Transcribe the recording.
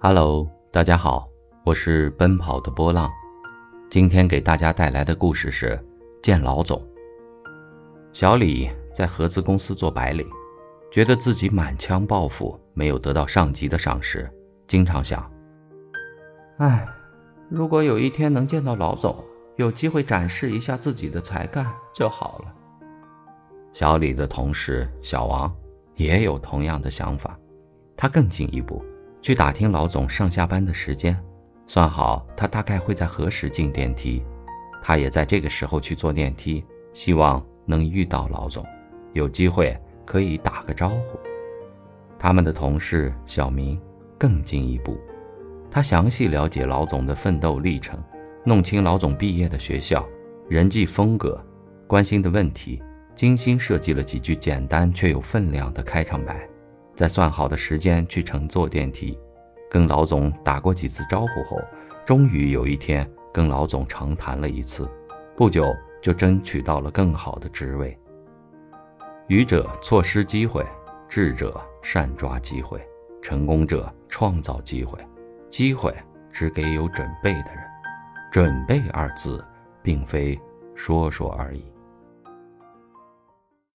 Hello， 大家好，我是奔跑的波浪。今天给大家带来的故事是见老总。小李在合资公司做白领，觉得自己满腔抱负没有得到上级的赏识，经常想，如果有一天能见到老总，有机会展示一下自己的才干就好了。小李的同事小王也有同样的想法，他更进一步，去打听老总上下班的时间，算好他大概会在何时进电梯，他也在这个时候去坐电梯，希望能遇到老总，有机会可以打个招呼。他们的同事小明更进一步，他详细了解老总的奋斗历程，弄清老总毕业的学校、人际风格、关心的问题，精心设计了几句简单却有分量的开场白，在算好的时间去乘坐电梯，跟老总打过几次招呼后，终于有一天跟老总长谈了一次，不久就争取到了更好的职位。愚者错失机会，智者善抓机会，成功者创造机会，机会只给有准备的人。准备二字并非说说而已。